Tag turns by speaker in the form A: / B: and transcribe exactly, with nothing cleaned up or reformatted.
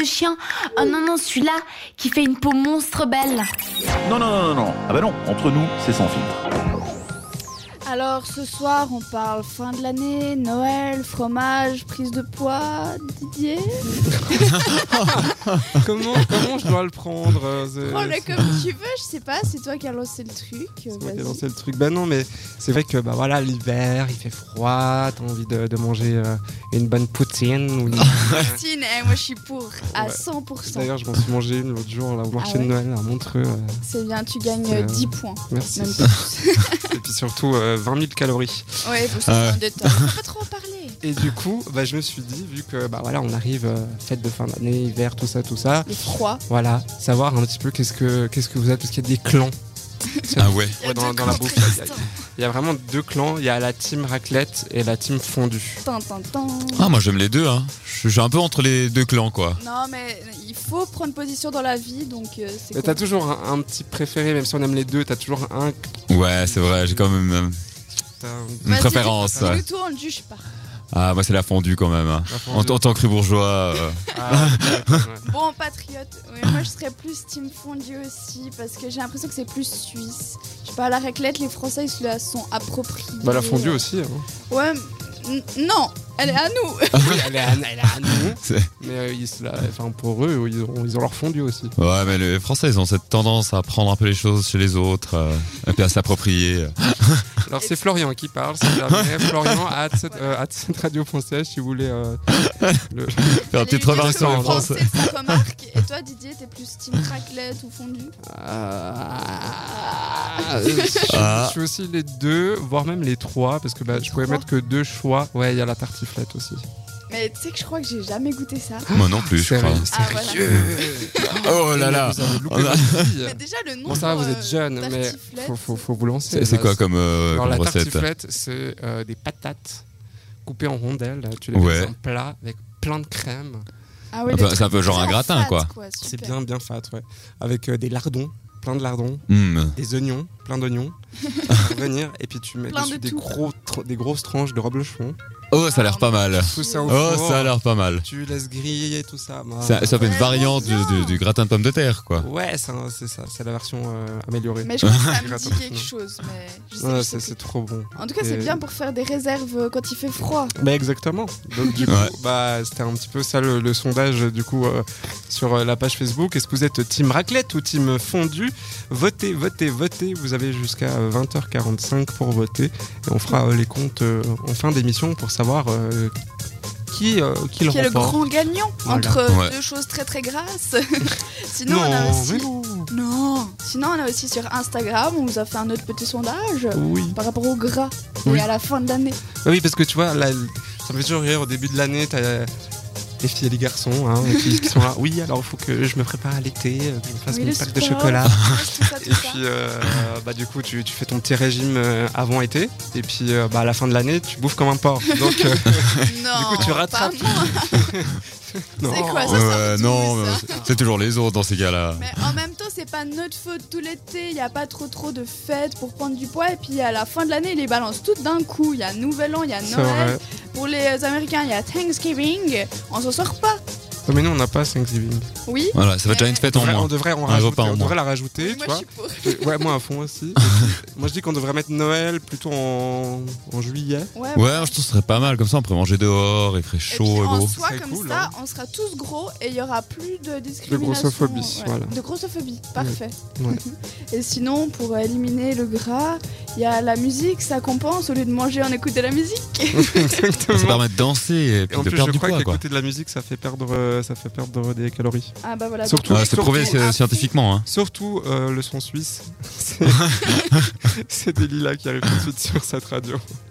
A: de chien. Oh non, non, celui-là qui fait une peau monstre belle.
B: Non, non, non, non, non. Ah bah non, entre nous, c'est sans filtre.
C: Alors ce soir on parle fin de l'année, Noël, fromage, prise de poids, Didier.
D: comment, comment je dois le prendre euh, c'est-
C: Prends-le comme tu veux, je sais pas, c'est toi qui as lancé le truc.
D: C'est moi
C: vas-y.
D: qui ai lancé le truc. Bah non, mais c'est vrai que bah voilà, l'hiver, il fait froid, t'as envie de, de manger euh, une bonne poutine ou une...
C: Christine, eh, moi je suis pour, à
D: Ouais.
C: cent pour cent.
D: D'ailleurs, je m'en suis mangé une l'autre jour là, au marché
C: Ah ouais
D: de Noël à Montreux. euh,
C: C'est bien, tu gagnes
D: C'est, euh,
C: dix points.
D: Merci.
C: Même plus.
D: Et puis surtout euh, vingt mille calories.
C: Ouais, faut se
E: Ah ouais.
C: en détail. Faut pas trop en parler.
D: Et du coup, bah, je me suis dit, vu que bah voilà, on arrive euh, fête de fin d'année, hiver, tout ça, tout ça.
C: Il est froid.
D: Voilà, savoir un petit peu qu'est-ce que qu'est-ce que vous êtes, parce qu'il y a des clans.
E: Ah ouais.
C: Il y a
D: Ouais, dans,
C: deux
D: dans la
C: camps
D: bouffe,
C: très
D: il y a-
C: distincts.
D: il y a vraiment deux clans. Il y a la team raclette et la team fondue.
C: Tan, tan, tan.
E: Ah, moi j'aime les deux, hein. Je suis un peu entre les deux clans, quoi.
C: Non mais il faut prendre position dans la vie, donc euh, c'est
D: Mais
C: quoi
D: t'as toujours un, un petit préféré, même si on aime les deux, t'as toujours un.
E: Ouais, c'est vrai, j'ai quand même euh,
D: t'as un-
E: une
C: Vas-y,
E: préférence.
C: dis-nous
E: Ouais.
C: tout, on ne juge pas.
E: Ah, moi c'est la fondue quand même. hein.
D: La
E: En,
D: fondue.
E: en tant que bourgeois. euh,
D: Ah, ouais, ouais.
C: Bon, patriote, ouais, moi je serais plus team fondue aussi parce que j'ai l'impression que c'est plus suisse. Je sais pas, la raclette, les Français ils se la sont appropriés.
D: Bah la fondue aussi. Hein.
C: Ouais, n- non, elle est à nous.
D: Oui, elle est à, elle est à nous.
E: C'est-
D: Mais euh, ils se la- enfin, pour eux, ils ont, ils ont leur fondue aussi.
E: Ouais, mais les Français ils ont cette tendance à prendre un peu les choses chez les autres euh, et puis à s'approprier.
D: Alors c'est Florian qui parle, c'est jamais. Florian at cette radio point c h si vous voulez. Euh, le...
E: Faire une petite remarque sur les Français.
C: C'est sa remarque. Et toi, Didier, t'es plus team raclette ou fondue?
D: Ah, je, suis-
E: Ah.
D: je suis aussi les deux, voire même les trois, parce que bah,
C: Les
D: je pouvais
C: trois
D: mettre que deux choix. Ouais, il y a la tartiflette aussi.
C: Mais tu sais que je crois que j'ai jamais goûté ça.
E: Moi non plus, je crois.
C: Ah, voilà.
E: Oh là là.
D: Vous avez loupé
E: On a-
D: votre vie.
C: Mais déjà, le nom.
D: Bon, ça va, vous
C: euh,
D: êtes jeune, mais
C: tartiflette,
D: faut, faut, faut vous lancer.
E: C'est c'est
D: là.
E: quoi comme, euh,
D: Alors,
E: comme
D: la
E: recette?
D: tartiflette, c'est euh, des patates coupées en rondelles. Tu les
E: Ouais.
D: mets dans un plat avec plein de crème.
C: Ah ouais,
E: Un peu-
C: les
E: c'est un peu genre un
C: très
E: gratin,
C: fat,
E: quoi.
D: C'est
C: super.
D: bien, bien fat, ouais. Avec euh, des lardons, plein de lardons,
E: Hmm.
D: des oignons, plein d'oignons. pour venir, et puis tu mets
C: Plein
D: dessus
C: de
D: des,
C: tout.
D: gros, tr- des grosses tranches de reblochon.
E: Oh, ça a l'air pas mal.
D: Tout ça au
E: Oh,
D: four.
E: ça a l'air pas mal.
D: Tu laisses griller tout ça. bah,
E: Ça, ça fait une
C: Ouais,
E: variante
C: bon,
E: du, du- du gratin de pommes de terre, quoi.
D: Ouais, c'est un- c'est ça, c'est la version euh, améliorée.
C: Mais je crois que ça me
D: Gratin
C: dit
D: de
C: quelque
D: pommes.
C: chose. Mais je sais
D: Ouais,
C: que je
D: c'est
C: sais
D: c'est
C: plus.
D: trop bon.
C: En tout cas, c'est
D: Et-
C: bien pour faire des réserves euh, quand il fait froid.
D: Bah exactement. Donc du coup,
E: Ouais.
D: bah c'était un petit peu ça le, le sondage du coup euh, sur euh, la page Facebook. Est-ce que vous êtes team raclette ou team fondue? Votez, votez, votez. Vous avez jusqu'à euh, vingt heures quarante-cinq pour voter et on fera euh, les comptes euh, en fin d'émission pour savoir euh, qui euh, qui le
C: Qui est le
D: remporte.
C: grand gagnant
D: Voilà.
C: entre euh,
E: Ouais.
C: deux choses très très grasses. Sinon,
D: Non,
C: on a aussi.
D: mais non.
C: Non. Sinon, on a aussi sur Instagram, on vous a fait un autre petit sondage
D: Oui.
C: par rapport au gras
D: Oui.
C: et à la fin de l'année.
D: Bah oui, parce que tu vois, là, ça me fait toujours rire au début de l'année, t'as les filles et les garçons hein, qui, qui sont là. Oui, alors il faut que je me prépare à l'été, euh, que je me fasse
C: Oui,
D: mes
C: le
D: packs de
C: sport,
D: chocolat.
C: tout ça, tout
D: Et
C: ça.
D: puis, euh, bah, du coup, tu, tu fais ton petit régime euh, avant été. Et puis, euh, bah, à la fin de l'année, tu bouffes comme un porc. Donc, euh,
C: Non,
D: du coup, tu rattrapes.
C: pas moi.
D: non.
C: C'est quoi ça,
E: Ouais,
C: ça
E: non,
C: retrouve,
E: mais
C: ça.
E: c'est toujours les autres dans ces cas-là.
C: Mais en même temps, c'est pas notre faute tout l'été. Il n'y a pas trop trop de fêtes pour prendre du poids. Et puis à la fin de l'année, ils les balancent toutes d'un coup. Il y a Nouvel An, il y a
D: C'est
C: Noël.
D: vrai.
C: Pour les Américains, il y a Thanksgiving. On s'en sort pas.
D: Oh, mais nous, on n'a pas Thanksgiving.
C: Oui.
E: Voilà, ça va déjà une fête
D: On
E: en
D: devrait, on
E: moins.
D: devrait, en
E: Un
D: rajouter,
E: repas en
D: on
E: moins.
D: devrait la rajouter,
C: moi,
D: tu
C: je
D: vois.
C: suis pour.
D: Ouais, moi à fond aussi. Moi, je dis qu'on devrait mettre Noël plutôt en, en juillet.
C: Ouais,
E: Ouais, moi, je trouve que ce serait pas mal. Comme ça, on pourrait manger dehors, il ferait
C: Et puis
E: chaud et
C: en
E: beau.
C: soi,
D: C'est
C: comme
D: cool,
C: ça,
D: hein.
C: on sera tous gros et il y aura plus de discrimination.
D: grossophobie,
C: ouais.
D: voilà.
C: De grossophobie, parfait.
D: Ouais.
C: Et sinon, pour éliminer le gras, il y a la musique, ça compense au lieu de manger, on écoute de la musique.
E: Ça
D: Exactement.
E: permet de danser et
D: Et
E: puis
D: en
E: de
D: plus,
E: perdre
D: je
E: du
D: crois
E: poids, quoi.
D: qu'écouter de la musique, ça fait perdre, euh, ça fait perdre des calories.
C: Ah bah voilà.
D: Surtout-
C: donc-
E: Ouais, c'est prouvé
C: surtout-
E: c'est- scientifiquement. Hein.
D: Surtout euh, le son suisse. C'est- C'est des lilas qui arrivent tout de suite sur cette radio.